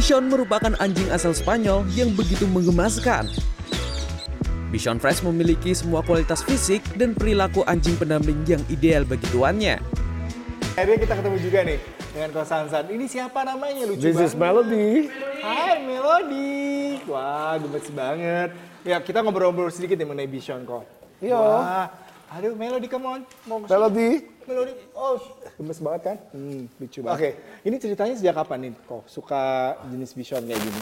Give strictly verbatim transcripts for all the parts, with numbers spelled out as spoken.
Bichon merupakan anjing asal Spanyol yang begitu menggemaskan. Bichon Fresh memiliki semua kualitas fisik dan perilaku anjing pendamping yang ideal bagi tuannya. Akhirnya kita ketemu juga nih dengan Ko Sansan. Ini siapa namanya? Lucu This banget. is Melody. Hai Melody. Wah, gemes banget. Ya, kita ngobrol-ngobrol sedikit nih mengenai Bichon kok. Iya. Wah, aduh Melody, come on. Mau ke sini. Melody. Melody. Oh, gemes banget kan? Hmm, lucu banget. Oke. Ini ceritanya sejak kapan nih kok suka jenis Bichon kayak gini?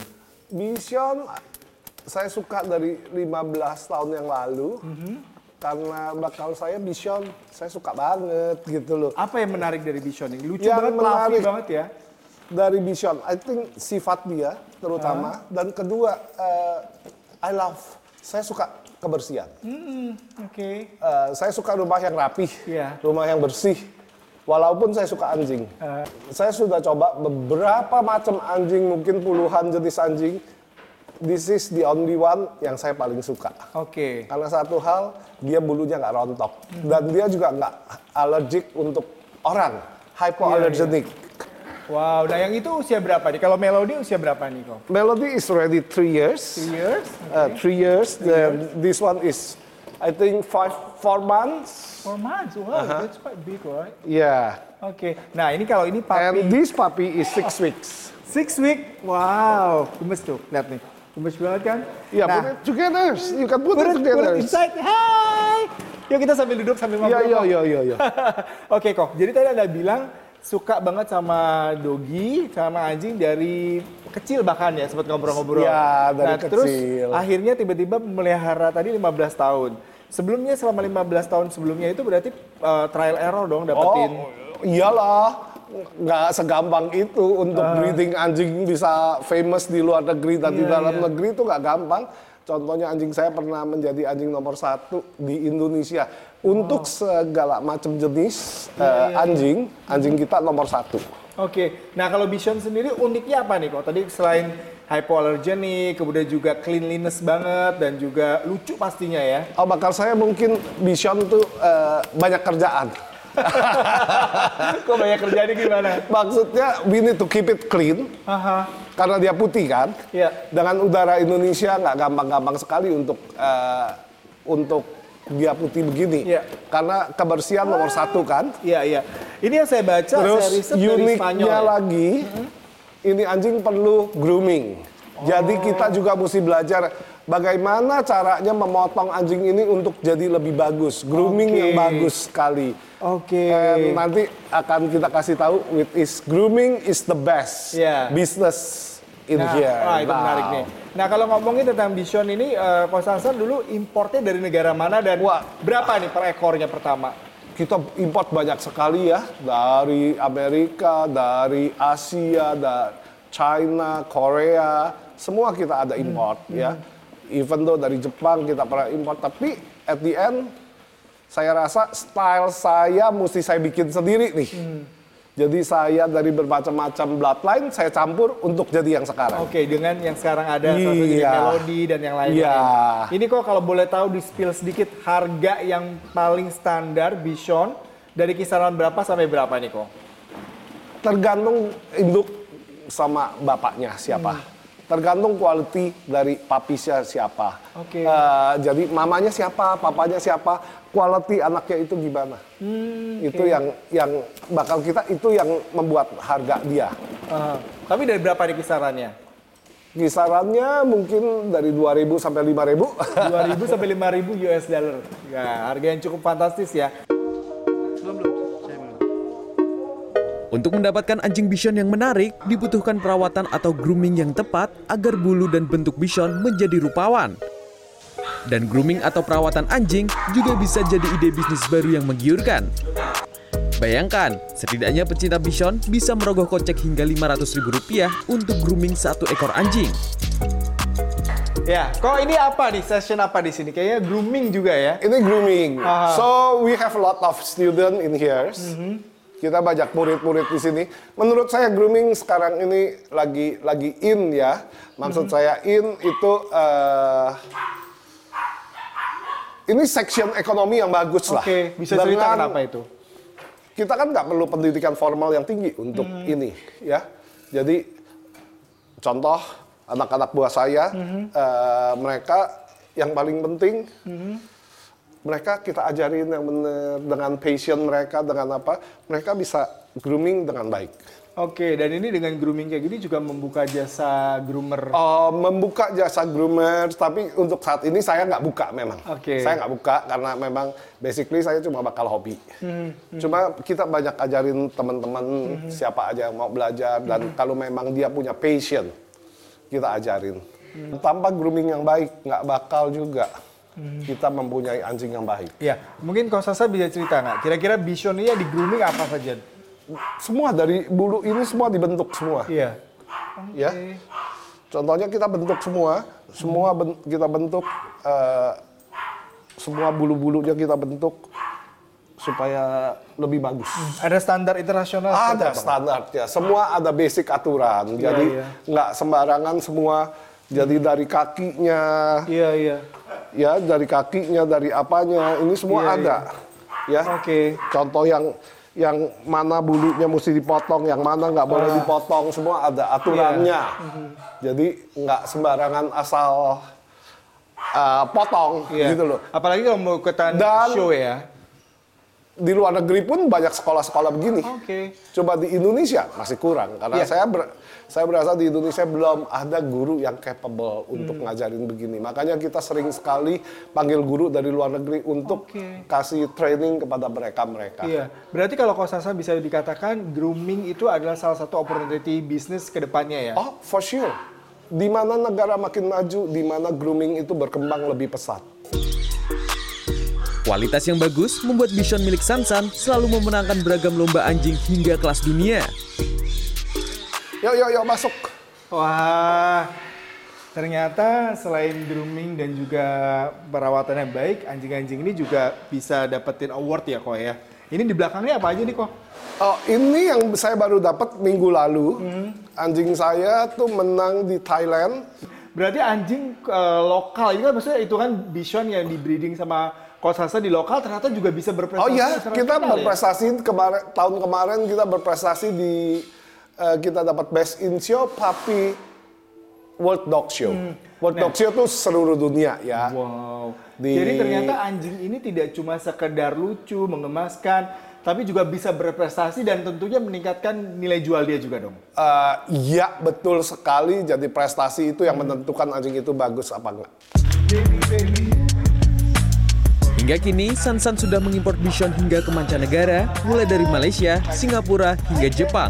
Bichon saya suka dari lima belas tahun yang lalu. Mm-hmm. Karena bakal saya Bichon, saya suka banget gitu loh. Apa yang menarik dari Bichon ini? Lucu Yang banget, fluffy menarik banget ya. Dari Bichon, I think sifat dia terutama. Huh? Dan kedua, uh, I love, saya suka kebersihan. Hmm, oke. Okay. Uh, saya suka rumah yang rapih, yeah. rumah yang bersih. Walaupun saya suka anjing. Uh. Saya sudah coba beberapa macam anjing, mungkin puluhan jenis anjing. This is the only one yang saya paling suka. Oke. Okay. Karena satu hal, dia bulunya nggak rontok. Hmm. Dan dia juga nggak allergic untuk orang. Hypoallergenic. Yeah, yeah. Wow, nah yang itu usia berapa nih? Kalau Melody usia berapa nih kok? Melody is already three years. Three years? Okay. Uh, three years. Three Then years. this one is, I think, five, four months. Four months? Wow, Uh-huh. that's quite big, right? Yeah. Oke. Okay. Nah ini kalau ini puppy. And this puppy is six weeks. Six week? Wow, gemes tuh. Lihat nih. Gemes banget kan? Yeah, nah, put it together. You can put, put it it, together. put it inside. Hai! Yuk kita sambil duduk sambil ngobrol. Iya, iya, iya, iya. Oke kok, jadi tadi Anda bilang suka banget sama doggy, sama anjing dari kecil bahkan ya, sempat ngobrol-ngobrol. Iya, dari nah, kecil. Terus akhirnya tiba-tiba melihara tadi lima belas tahun. Sebelumnya selama lima belas tahun sebelumnya itu berarti uh, trial error dong dapetin. Oh, iyalah. Nggak segampang itu untuk uh. breeding anjing bisa famous di luar negeri dan yeah, di dalam yeah. negeri itu nggak gampang. Contohnya anjing saya pernah menjadi anjing nomor satu di Indonesia. Untuk oh. segala macam jenis yeah, uh, yeah, anjing, yeah. anjing kita nomor satu. Oke, okay. Nah kalau Bichon sendiri uniknya apa nih kok? Tadi selain hypoallergenic, kemudian juga cleanliness banget dan juga lucu pastinya ya. Oh bakal saya mungkin Bichon tuh uh, banyak kerjaan. Kok banyak kerjanya gimana? Maksudnya we need to keep it clean. Aha. Karena dia putih kan. Yeah. Dengan udara Indonesia nggak gampang-gampang sekali untuk uh, untuk dia putih begini. Yeah. Karena kebersihan nomor ah. satu kan. Iya, iya. Ini yang saya baca, terus saya riset dari Spanyol ya? lagi, mm-hmm. ini anjing perlu grooming. Oh. Jadi kita juga mesti belajar bagaimana caranya memotong anjing ini untuk jadi lebih bagus. Grooming okay. yang bagus sekali. Oke. Okay. Nanti akan kita kasih tahu with is grooming is the best yeah. business in nah, here. Wah, itu wow. menarik nih. Nah kalau ngomongin tentang Bichon ini, uh, Ko Sansan dulu importnya dari negara mana dan wah. berapa nih per ekornya pertama? Kita import banyak sekali ya, dari Amerika, dari Asia, dari China, Korea, semua kita ada import hmm. ya. Even though dari Jepang kita pernah import, tapi at the end saya rasa style saya mesti saya bikin sendiri nih. Hmm. Jadi saya dari bermacam-macam bloodline saya campur untuk jadi yang sekarang. Oke, dengan yang sekarang ada iya. satu Melody dan yang lain-lain. Iya. Ini kok kalau boleh tahu di spill sedikit harga yang paling standar Bichon dari kisaran berapa sampai berapa nih kok? Tergantung induk sama bapaknya siapa. Hmm. Tergantung quality dari papisnya siapa. Oke. Okay. Uh, jadi mamanya siapa, papanya siapa, quality anaknya itu gimana. Hmm, itu okay. yang yang bakal kita itu yang membuat harga dia. Uh, tapi dari berapa nih kisarannya? Kisarannya mungkin dari dua ribu sampai lima ribu. dua ribu sampai lima ribu U S dollar. Ya, harga yang cukup fantastis ya. Untuk mendapatkan anjing Bichon yang menarik, dibutuhkan perawatan atau grooming yang tepat agar bulu dan bentuk Bichon menjadi rupawan. Dan grooming atau perawatan anjing juga bisa jadi ide bisnis baru yang menggiurkan. Bayangkan, setidaknya pecinta Bichon bisa merogoh kocek hingga lima ratus ribu rupiah untuk grooming satu ekor anjing. Ya, kok ini apa nih? Session apa di sini? Kayaknya grooming juga ya? Ini grooming. Aha. So we have a lot of student in here. Mm-hmm. Kita banyak murid-murid di sini. Menurut saya grooming sekarang ini lagi lagi in ya. Maksud mm-hmm. saya in itu uh, ini section ekonomi yang bagus lah. Oke, bisa cerita kenapa itu? Kita kan nggak perlu pendidikan formal yang tinggi untuk mm. ini ya. Jadi contoh anak-anak buah saya, mm-hmm. uh, mereka yang paling penting, mm-hmm. mereka kita ajarin yang benar dengan passion mereka, dengan apa, mereka bisa grooming dengan baik. Oke, dan ini dengan grooming kayak gini juga membuka jasa groomer? Uh, membuka jasa groomer, tapi untuk saat ini saya nggak buka memang. Oke. Saya nggak buka karena memang basically saya cuma bakal hobi. Mm-hmm. Cuma kita banyak ajarin teman-teman mm-hmm. siapa aja yang mau belajar, dan mm-hmm. kalau memang dia punya passion, kita ajarin. Mm-hmm. Tanpa grooming yang baik, nggak bakal juga mm-hmm. kita mempunyai anjing yang baik. Iya, mungkin Ko Sasa bisa cerita nggak? Kira-kira Bichon ini di grooming apa saja? Semua dari bulu ini semua dibentuk semua. Iya. Ya. Contohnya kita bentuk semua, semua ben, kita bentuk uh, semua bulu-bulunya kita bentuk supaya lebih bagus. Ada standar internasional? Ada standarnya. Semua ada basic aturan. Iya, jadi iya. nggak sembarangan semua. Jadi dari kakinya. Iya, iya. Ya, dari kakinya, dari apanya, ini semua iya, ada. Iya. Ya. Oke. Contoh yang yang mana bulunya mesti dipotong, yang mana nggak boleh ah. dipotong, semua ada aturannya. Yeah. Jadi nggak sembarangan asal uh, potong, yeah. gitu loh. Apalagi kalau mau ikutan show ya. Di luar negeri pun banyak sekolah-sekolah begini. Oke. Coba di Indonesia masih kurang, karena yeah. saya ber, saya berasa di Indonesia belum ada guru yang capable untuk hmm. ngajarin begini. Makanya kita sering sekali panggil guru dari luar negeri untuk okay. kasih training kepada mereka-mereka. Iya. Berarti kalau Ko Sasa bisa dikatakan grooming itu adalah salah satu opportunity bisnis ke depannya ya? Oh, for sure. Di mana negara makin maju, di mana grooming itu berkembang lebih pesat. Kualitas yang bagus membuat Bichon milik Sansan selalu memenangkan beragam lomba anjing hingga kelas dunia. Yuk, yuk, yuk, masuk. Wah, ternyata selain grooming dan juga perawatan yang baik, anjing-anjing ini juga bisa dapetin award ya, Ko ya? Ini di belakangnya apa aja nih, Ko? Oh, ini yang saya baru dapat minggu lalu. Hmm. Anjing saya tuh menang di Thailand. Berarti anjing uh, lokal, ini kan maksudnya itu kan Bichon yang di breeding sama Ko Sasa di lokal ternyata juga bisa berprestasi. Oh iya, kita berprestasi ya? kemarin, tahun kemarin kita berprestasi di uh, kita dapat Best in Show Puppy World Dog Show. Hmm. World nah. Dog Show itu seluruh dunia ya. Wow. Di... Jadi ternyata anjing ini tidak cuma sekedar lucu, mengemaskan, tapi juga bisa berprestasi dan tentunya meningkatkan nilai jual dia juga dong. Uh, iya betul sekali. Jadi prestasi itu yang hmm. menentukan anjing itu bagus apa enggak. Baby, baby. Hingga kini, Sansan sudah mengimpor Bichon hingga ke mancanegara, mulai dari Malaysia, Singapura, hingga Jepang.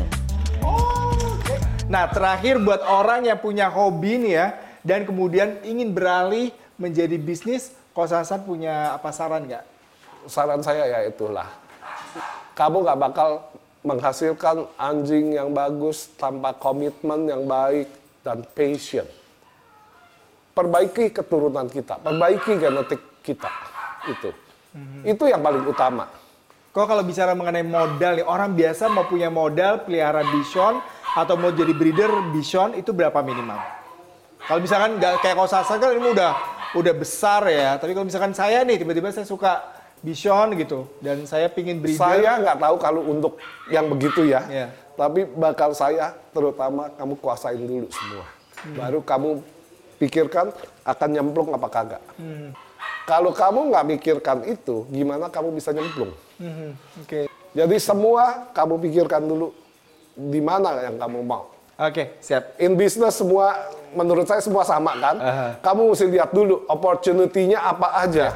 Nah, terakhir buat orang yang punya hobi nih ya, dan kemudian ingin beralih menjadi bisnis, Ko Sasa punya apa saran nggak? Saran saya ya itulah, kamu nggak bakal menghasilkan anjing yang bagus tanpa komitmen yang baik dan passion. Perbaiki keturunan kita, perbaiki genetik kita. Itu mm-hmm. itu yang paling utama. Kok kalau bicara mengenai modal nih, orang biasa mau punya modal pelihara Bichon atau mau jadi breeder Bichon itu berapa minimal? Kalau misalkan nggak kayak Ko Sasa kan ini udah udah besar ya, tapi kalau misalkan saya nih tiba-tiba saya suka Bichon gitu dan saya pingin breeder. Saya nggak tahu kalau untuk yang begitu ya, yeah. tapi bakal saya terutama kamu kuasain dulu semua, hmm. baru kamu pikirkan akan nyemplung apa kagak. Hmm. Kalau kamu nggak mikirkan itu, gimana kamu bisa nyemplung? Mm-hmm. Oke. Okay. Jadi semua kamu pikirkan dulu di mana yang kamu mau. Oke, okay, siap. In business semua, menurut saya semua sama kan. Uh-huh. Kamu mesti lihat dulu opportunity-nya apa aja.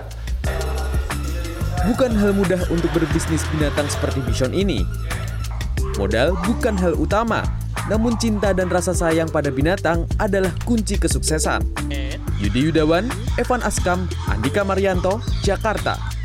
Bukan hal mudah untuk berbisnis binatang seperti Bichon ini. Modal bukan hal utama, namun cinta dan rasa sayang pada binatang adalah kunci kesuksesan. Yudi Yudawan, Evan Askam, Andika Marianto, Jakarta.